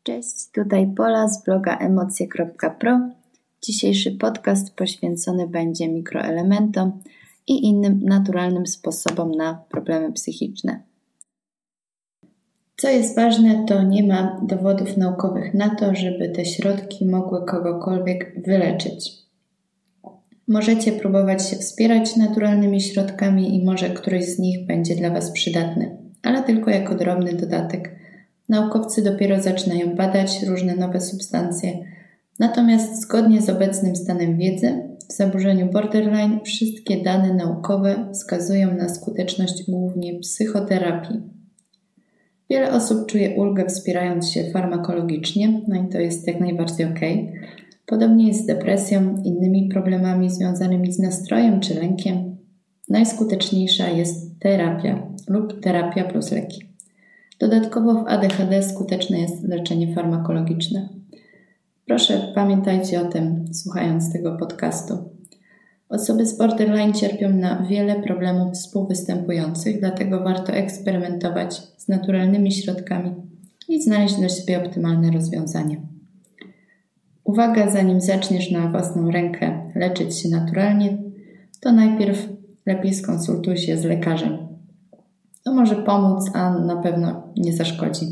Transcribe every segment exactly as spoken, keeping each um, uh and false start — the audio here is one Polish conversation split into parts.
Cześć, tutaj Pola z bloga emocje kropka pro. Dzisiejszy podcast poświęcony będzie mikroelementom i innym naturalnym sposobom na problemy psychiczne. Co jest ważne, to nie ma dowodów naukowych na to, żeby te środki mogły kogokolwiek wyleczyć. Możecie próbować się wspierać naturalnymi środkami i może któryś z nich będzie dla Was przydatny, ale tylko jako drobny dodatek. Naukowcy dopiero zaczynają badać różne nowe substancje, natomiast zgodnie z obecnym stanem wiedzy w zaburzeniu borderline wszystkie dane naukowe wskazują na skuteczność głównie psychoterapii. Wiele osób czuje ulgę wspierając się farmakologicznie, no i to jest jak najbardziej ok. Podobnie jest z depresją, innymi problemami związanymi z nastrojem czy lękiem. Najskuteczniejsza jest terapia lub terapia plus leki. Dodatkowo w A D H D skuteczne jest leczenie farmakologiczne. Proszę pamiętajcie o tym, słuchając tego podcastu. Osoby z borderline cierpią na wiele problemów współwystępujących, dlatego warto eksperymentować z naturalnymi środkami i znaleźć dla siebie optymalne rozwiązanie. Uwaga, zanim zaczniesz na własną rękę leczyć się naturalnie, to najpierw lepiej skonsultuj się z lekarzem. To może pomóc, a na pewno nie zaszkodzi.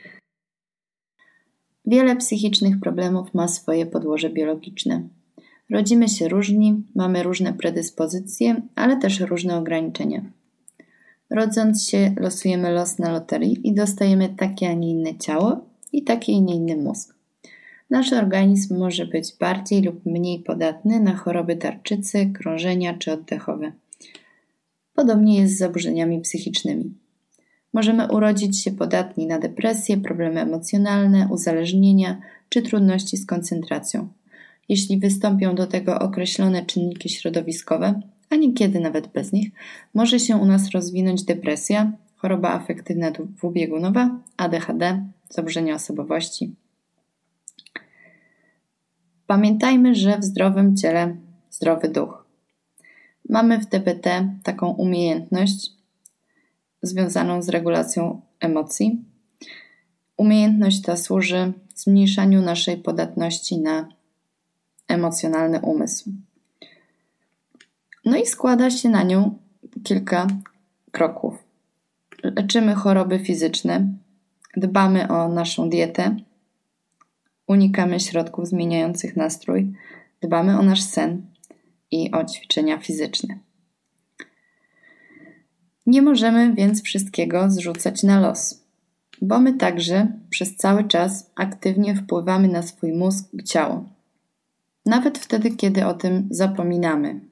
Wiele psychicznych problemów ma swoje podłoże biologiczne. Rodzimy się różni, mamy różne predyspozycje, ale też różne ograniczenia. Rodząc się losujemy los na loterii i dostajemy takie, a nie inne ciało i taki, a nie inny mózg. Nasz organizm może być bardziej lub mniej podatny na choroby tarczycy, krążenia czy oddechowe. Podobnie jest z zaburzeniami psychicznymi. Możemy urodzić się podatni na depresję, problemy emocjonalne, uzależnienia czy trudności z koncentracją. Jeśli wystąpią do tego określone czynniki środowiskowe, a niekiedy nawet bez nich, może się u nas rozwinąć depresja, choroba afektywna dwubiegunowa, A D H D, zaburzenia osobowości. Pamiętajmy, że w zdrowym ciele zdrowy duch. Mamy w D B T taką umiejętność związaną z regulacją emocji. Umiejętność ta służy zmniejszaniu naszej podatności na emocjonalny umysł. No i składa się na nią kilka kroków. Leczymy choroby fizyczne, dbamy o naszą dietę, unikamy środków zmieniających nastrój, dbamy o nasz sen i o ćwiczenia fizyczne. Nie możemy więc wszystkiego zrzucać na los, bo my także przez cały czas aktywnie wpływamy na swój mózg i ciało. Nawet wtedy, kiedy o tym zapominamy.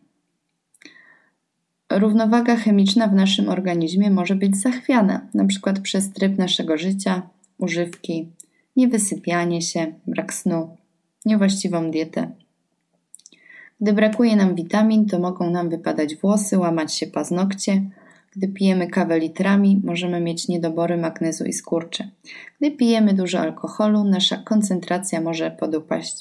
Równowaga chemiczna w naszym organizmie może być zachwiana, np. przez tryb naszego życia, używki, niewysypianie się, brak snu, niewłaściwą dietę. Gdy brakuje nam witamin, to mogą nam wypadać włosy, łamać się paznokcie. Gdy pijemy kawę litrami, możemy mieć niedobory magnezu i skurcze. Gdy pijemy dużo alkoholu, nasza koncentracja może podupaść.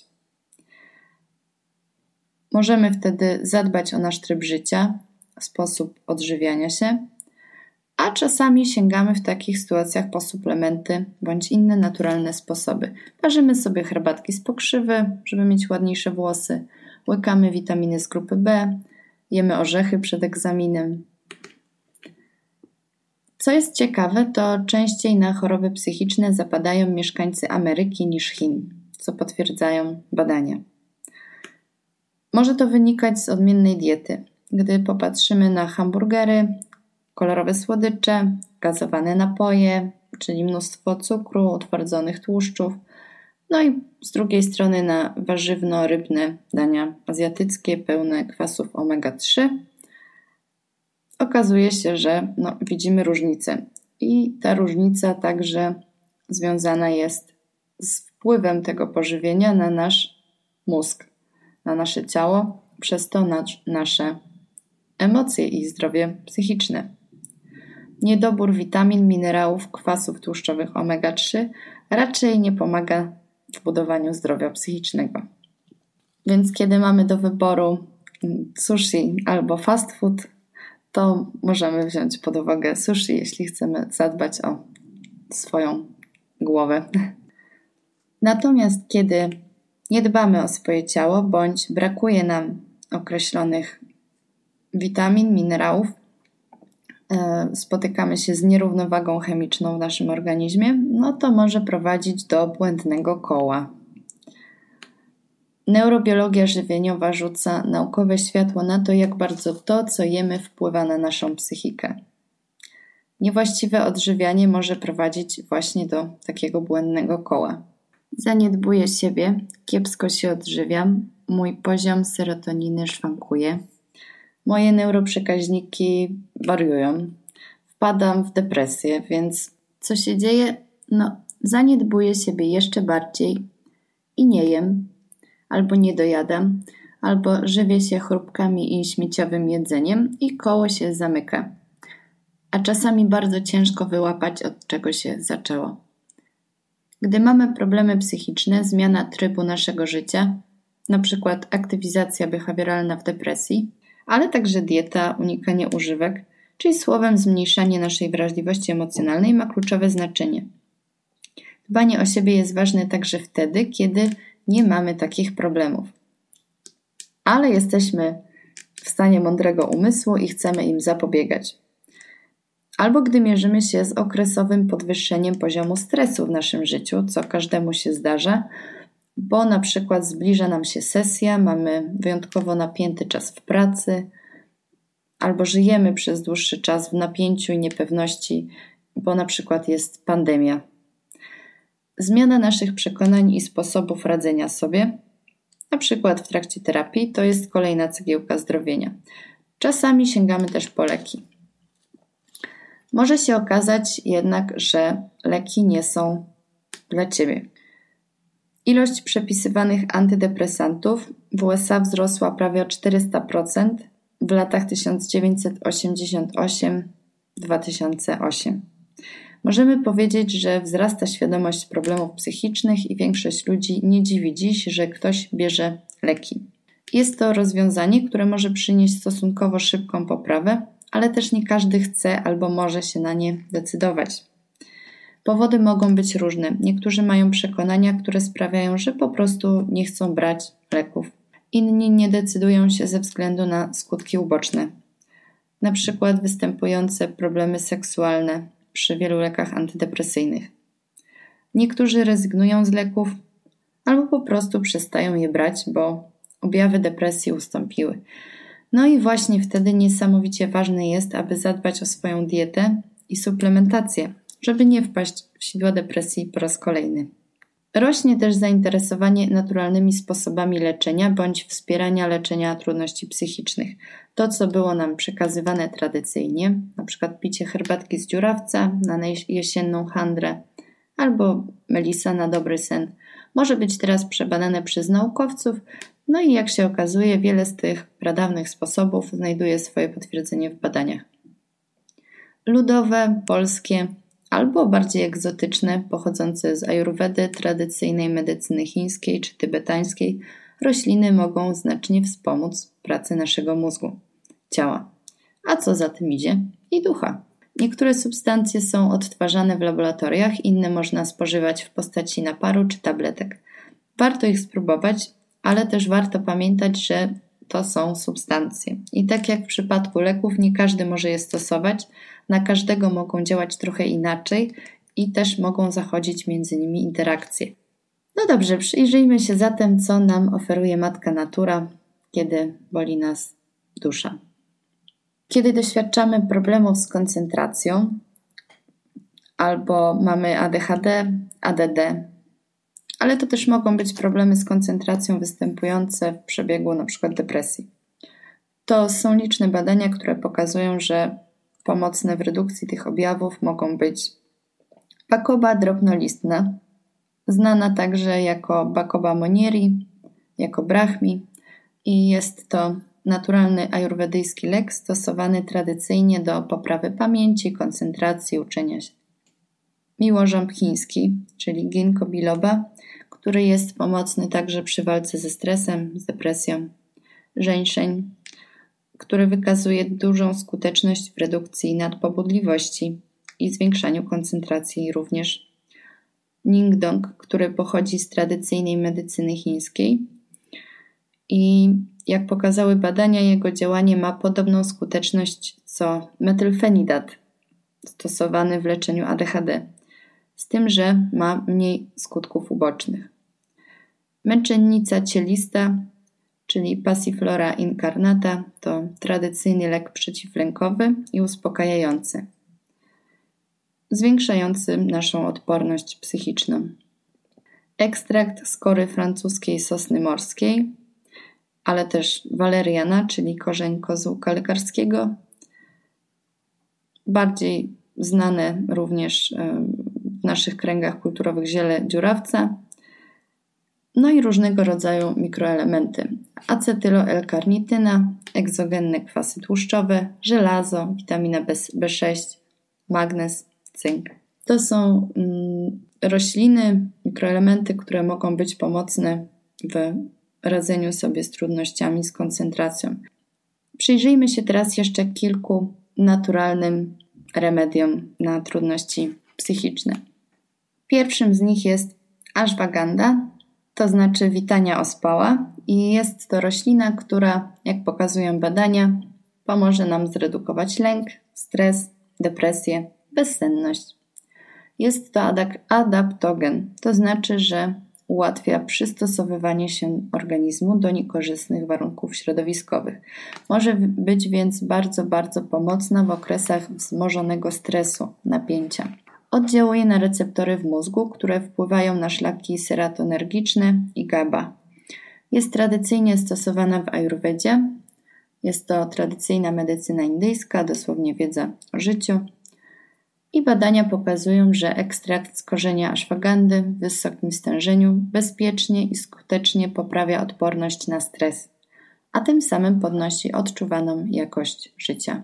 Możemy wtedy zadbać o nasz tryb życia, sposób odżywiania się, a czasami sięgamy w takich sytuacjach po suplementy bądź inne naturalne sposoby. Parzymy sobie herbatki z pokrzywy, żeby mieć ładniejsze włosy, łykamy witaminy z grupy B, jemy orzechy przed egzaminem. Co jest ciekawe, to częściej na choroby psychiczne zapadają mieszkańcy Ameryki niż Chin, co potwierdzają badania. Może to wynikać z odmiennej diety. Gdy popatrzymy na hamburgery, kolorowe słodycze, gazowane napoje, czyli mnóstwo cukru, utwardzonych tłuszczów, no i z drugiej strony na warzywno-rybne dania azjatyckie pełne kwasów omega trzy, okazuje się, że no, widzimy różnicę. I ta różnica także związana jest z wpływem tego pożywienia na nasz mózg, na nasze ciało, przez to na nasze emocje i zdrowie psychiczne. Niedobór witamin, minerałów, kwasów tłuszczowych omega trzy raczej nie pomaga w budowaniu zdrowia psychicznego. Więc kiedy mamy do wyboru sushi albo fast food, to możemy wziąć pod uwagę sushi, jeśli chcemy zadbać o swoją głowę. Natomiast kiedy nie dbamy o swoje ciało bądź brakuje nam określonych witamin, minerałów, spotykamy się z nierównowagą chemiczną w naszym organizmie, no to może prowadzić do błędnego koła. Neurobiologia żywieniowa rzuca naukowe światło na to, jak bardzo to, co jemy, wpływa na naszą psychikę. Niewłaściwe odżywianie może prowadzić właśnie do takiego błędnego koła. Zaniedbuję siebie, kiepsko się odżywiam, mój poziom serotoniny szwankuje, moje neuroprzekaźniki wariują, wpadam w depresję, więc co się dzieje? No, zaniedbuję siebie jeszcze bardziej i nie jem, albo nie dojadam, albo żywię się chrupkami i śmieciowym jedzeniem i koło się zamyka. A czasami bardzo ciężko wyłapać, od czego się zaczęło. Gdy mamy problemy psychiczne, zmiana trybu naszego życia, na przykład aktywizacja behawioralna w depresji, ale także dieta, unikanie używek, czyli słowem zmniejszanie naszej wrażliwości emocjonalnej ma kluczowe znaczenie. Dbanie o siebie jest ważne także wtedy, kiedy nie mamy takich problemów. Ale jesteśmy w stanie mądrego umysłu i chcemy im zapobiegać. Albo gdy mierzymy się z okresowym podwyższeniem poziomu stresu w naszym życiu, co każdemu się zdarza, bo na przykład zbliża nam się sesja, mamy wyjątkowo napięty czas w pracy, albo żyjemy przez dłuższy czas w napięciu i niepewności, bo na przykład jest pandemia. Zmiana naszych przekonań i sposobów radzenia sobie, na przykład w trakcie terapii, to jest kolejna cegiełka zdrowienia. Czasami sięgamy też po leki. Może się okazać jednak, że leki nie są dla Ciebie. Ilość przepisywanych antydepresantów w U S A wzrosła prawie o czterysta procent w latach tysiąc dziewięćset osiemdziesiąt osiem do dwa tysiące ósmego. Możemy powiedzieć, że wzrasta świadomość problemów psychicznych i większość ludzi nie dziwi dziś, że ktoś bierze leki. Jest to rozwiązanie, które może przynieść stosunkowo szybką poprawę, ale też nie każdy chce albo może się na nie decydować. Powody mogą być różne. Niektórzy mają przekonania, które sprawiają, że po prostu nie chcą brać leków. Inni nie decydują się ze względu na skutki uboczne, na przykład występujące problemy seksualne przy wielu lekach antydepresyjnych. Niektórzy rezygnują z leków albo po prostu przestają je brać, bo objawy depresji ustąpiły. No i właśnie wtedy niesamowicie ważne jest, aby zadbać o swoją dietę i suplementację, żeby nie wpaść w sidła depresji po raz kolejny. Rośnie też zainteresowanie naturalnymi sposobami leczenia bądź wspierania leczenia trudności psychicznych. To, co było nam przekazywane tradycyjnie, na przykład picie herbatki z dziurawca na jesienną handrę albo melisa na dobry sen, może być teraz przebadane przez naukowców, no i jak się okazuje, wiele z tych pradawnych sposobów znajduje swoje potwierdzenie w badaniach. Ludowe, polskie albo bardziej egzotyczne, pochodzące z ajurwedy, tradycyjnej medycyny chińskiej czy tybetańskiej, rośliny mogą znacznie wspomóc pracę naszego mózgu, ciała, a co za tym idzie i ducha. Niektóre substancje są odtwarzane w laboratoriach, inne można spożywać w postaci naparu czy tabletek. Warto ich spróbować, ale też warto pamiętać, że to są substancje. I tak jak w przypadku leków, nie każdy może je stosować, na każdego mogą działać trochę inaczej i też mogą zachodzić między nimi interakcje. No dobrze, przyjrzyjmy się zatem, co nam oferuje Matka Natura, kiedy boli nas dusza. Kiedy doświadczamy problemów z koncentracją albo mamy A D H D, A D D, ale to też mogą być problemy z koncentracją występujące w przebiegu np. depresji. To są liczne badania, które pokazują, że pomocne w redukcji tych objawów mogą być Bacoba drobnolistna, znana także jako Bacoba monnieri, jako brahmi i jest to naturalny ajurwedyjski lek stosowany tradycyjnie do poprawy pamięci, koncentracji, uczenia się. Miłożąb chiński, czyli ginkgo biloba, który jest pomocny także przy walce ze stresem, z depresją. Żeńszeń, który wykazuje dużą skuteczność w redukcji nadpobudliwości i zwiększaniu koncentracji również. Ningdong, który pochodzi z tradycyjnej medycyny chińskiej. I jak pokazały badania, jego działanie ma podobną skuteczność co metylfenidat stosowany w leczeniu A D H D, z tym, że ma mniej skutków ubocznych. Męczennica cielista, czyli Passiflora incarnata, to tradycyjny lek przeciwlękowy i uspokajający, zwiększający naszą odporność psychiczną. Ekstrakt z kory francuskiej sosny morskiej, ale też waleriana, czyli korzeń kozłka lekarskiego, bardziej znane również w naszych kręgach kulturowych ziele dziurawca, no i różnego rodzaju mikroelementy: acetylo-L-karnityna, egzogenne kwasy tłuszczowe, żelazo, witamina B sześć, magnez, cynk. To są mm, rośliny, mikroelementy, które mogą być pomocne w radzeniu sobie z trudnościami z koncentracją. Przyjrzyjmy się teraz jeszcze kilku naturalnym remediom na trudności psychiczne. Pierwszym z nich jest ashwagandha, to znaczy witania ospała, i jest to roślina, która, jak pokazują badania, pomoże nam zredukować lęk, stres, depresję, bezsenność. Jest to adaptogen, to znaczy, że ułatwia przystosowywanie się organizmu do niekorzystnych warunków środowiskowych. Może być więc bardzo, bardzo pomocna w okresach wzmożonego stresu, napięcia. Oddziałuje na receptory w mózgu, które wpływają na szlaki serotonergiczne i GABA. Jest tradycyjnie stosowana w ajurwedzie. Jest to tradycyjna medycyna indyjska, dosłownie wiedza o życiu. I badania pokazują, że ekstrakt z korzenia ashwagandy w wysokim stężeniu bezpiecznie i skutecznie poprawia odporność na stres, a tym samym podnosi odczuwaną jakość życia.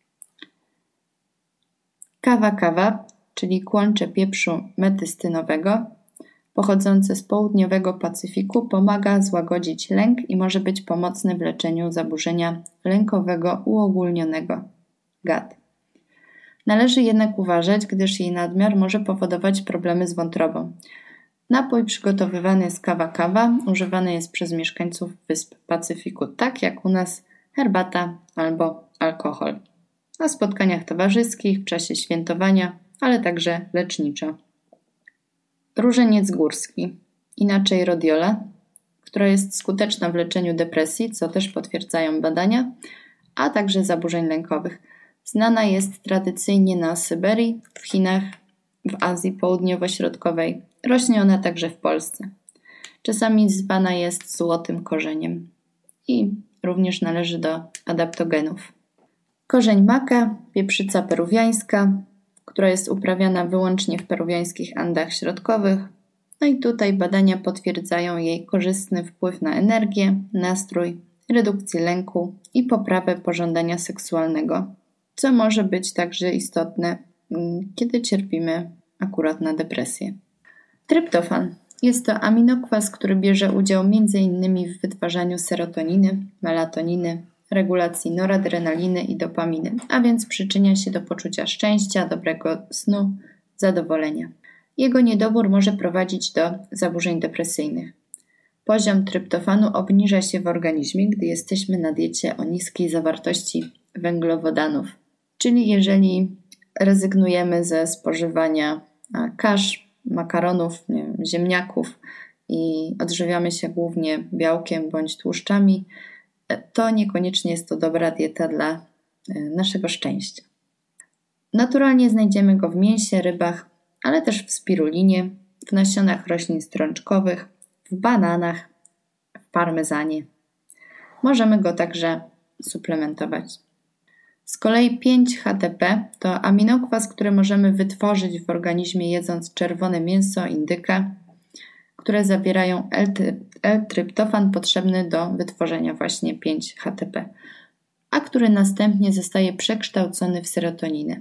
Kawa kawa, czyli kłącze pieprzu metystynowego, pochodzące z południowego Pacyfiku, pomaga złagodzić lęk i może być pomocny w leczeniu zaburzenia lękowego uogólnionego G A D. Należy jednak uważać, gdyż jej nadmiar może powodować problemy z wątrobą. Napój przygotowywany z kawa kawa używany jest przez mieszkańców wysp Pacyfiku, tak jak u nas herbata albo alkohol. Na spotkaniach towarzyskich, w czasie świętowania, ale także leczniczo. Różeniec górski, inaczej rhodiola, która jest skuteczna w leczeniu depresji, co też potwierdzają badania, a także zaburzeń lękowych. Znana jest tradycyjnie na Syberii, w Chinach, w Azji Południowo-Środkowej. Rośnie ona także w Polsce. Czasami zwana jest złotym korzeniem i również należy do adaptogenów. Korzeń maka, pieprzyca peruwiańska, która jest uprawiana wyłącznie w peruwiańskich Andach środkowych. No i tutaj badania potwierdzają jej korzystny wpływ na energię, nastrój, redukcję lęku i poprawę pożądania seksualnego, co może być także istotne, kiedy cierpimy akurat na depresję. Tryptofan jest to aminokwas, który bierze udział między innymi w wytwarzaniu serotoniny, melatoniny, regulacji noradrenaliny i dopaminy, a więc przyczynia się do poczucia szczęścia, dobrego snu, zadowolenia. Jego niedobór może prowadzić do zaburzeń depresyjnych. Poziom tryptofanu obniża się w organizmie, gdy jesteśmy na diecie o niskiej zawartości węglowodanów. Czyli jeżeli rezygnujemy ze spożywania kasz, makaronów, nie wiem, ziemniaków i odżywiamy się głównie białkiem bądź tłuszczami, to niekoniecznie jest to dobra dieta dla naszego szczęścia. Naturalnie znajdziemy go w mięsie, rybach, ale też w spirulinie, w nasionach roślin strączkowych, w bananach, w parmezanie. Możemy go także suplementować. Z kolei pięć H T P to aminokwas, który możemy wytworzyć w organizmie jedząc czerwone mięso, indyka, które zawierają L-tryptofan potrzebny do wytworzenia właśnie pięć H T P, a który następnie zostaje przekształcony w serotoninę.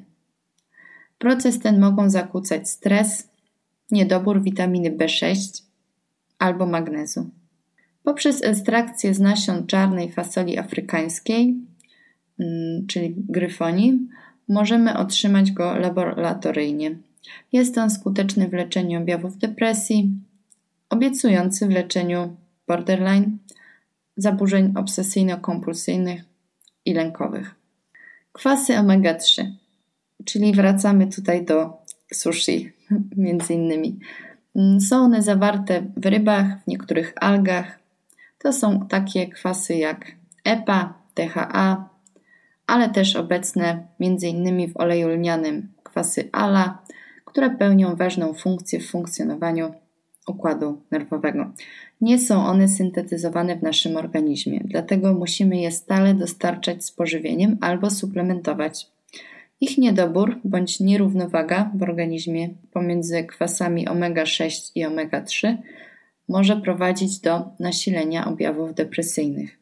Proces ten mogą zakłócać stres, niedobór witaminy B sześć albo magnezu. Poprzez ekstrakcję z nasion czarnej fasoli afrykańskiej, czyli gryfonii, możemy otrzymać go laboratoryjnie. Jest on skuteczny w leczeniu objawów depresji, obiecujący w leczeniu borderline, zaburzeń obsesyjno-kompulsyjnych i lękowych. Kwasy omega trzy, czyli wracamy tutaj do sushi między innymi. Są one zawarte w rybach, w niektórych algach. To są takie kwasy jak E P A, T H A, ale też obecne między innymi w oleju lnianym kwasy A L A, które pełnią ważną funkcję w funkcjonowaniu układu nerwowego. Nie są one syntetyzowane w naszym organizmie, dlatego musimy je stale dostarczać z pożywieniem albo suplementować. Ich niedobór bądź nierównowaga w organizmie pomiędzy kwasami omega sześć i omega trzy może prowadzić do nasilenia objawów depresyjnych.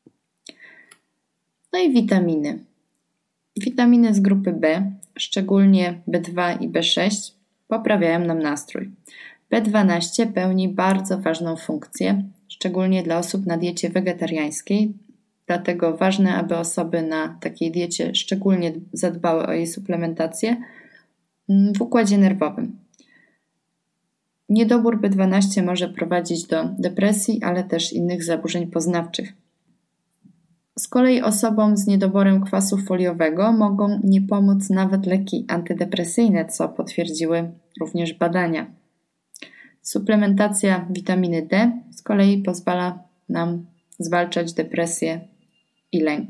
No i witaminy. Witaminy z grupy B, szczególnie B dwa i B sześć, poprawiają nam nastrój. B dwanaście pełni bardzo ważną funkcję, szczególnie dla osób na diecie wegetariańskiej, dlatego ważne, aby osoby na takiej diecie szczególnie zadbały o jej suplementację w układzie nerwowym. Niedobór B dwanaście może prowadzić do depresji, ale też innych zaburzeń poznawczych. Z kolei osobom z niedoborem kwasu foliowego mogą nie pomóc nawet leki antydepresyjne, co potwierdziły również badania. Suplementacja witaminy D z kolei pozwala nam zwalczać depresję i lęk.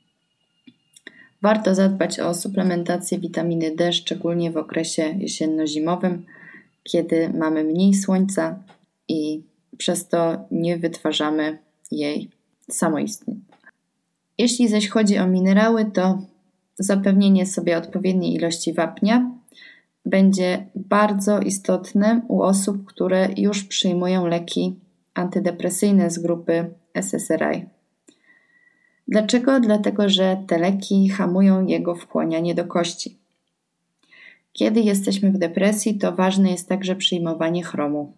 Warto zadbać o suplementację witaminy D, szczególnie w okresie jesienno-zimowym, kiedy mamy mniej słońca i przez to nie wytwarzamy jej samoistnie. Jeśli zaś chodzi o minerały, to zapewnienie sobie odpowiedniej ilości wapnia będzie bardzo istotne u osób, które już przyjmują leki antydepresyjne z grupy S S R I. Dlaczego? Dlatego, że te leki hamują jego wchłanianie do kości. Kiedy jesteśmy w depresji, to ważne jest także przyjmowanie chromu.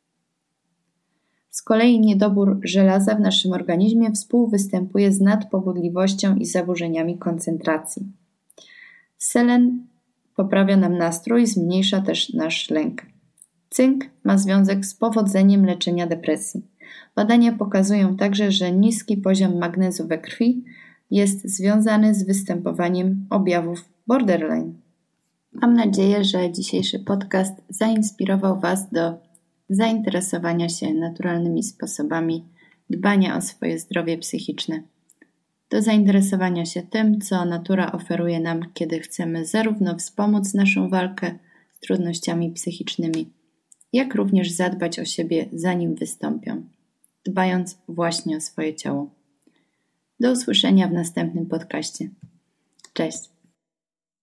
Z kolei niedobór żelaza w naszym organizmie współwystępuje z nadpobudliwością i zaburzeniami koncentracji. Selen poprawia nam nastrój, zmniejsza też nasz lęk. Cynk ma związek z powodzeniem leczenia depresji. Badania pokazują także, że niski poziom magnezu we krwi jest związany z występowaniem objawów borderline. Mam nadzieję, że dzisiejszy podcast zainspirował Was do zainteresowania się naturalnymi sposobami dbania o swoje zdrowie psychiczne. Do zainteresowania się tym, co natura oferuje nam, kiedy chcemy zarówno wspomóc naszą walkę z trudnościami psychicznymi, jak również zadbać o siebie, zanim wystąpią, dbając właśnie o swoje ciało. Do usłyszenia w następnym podcaście. Cześć!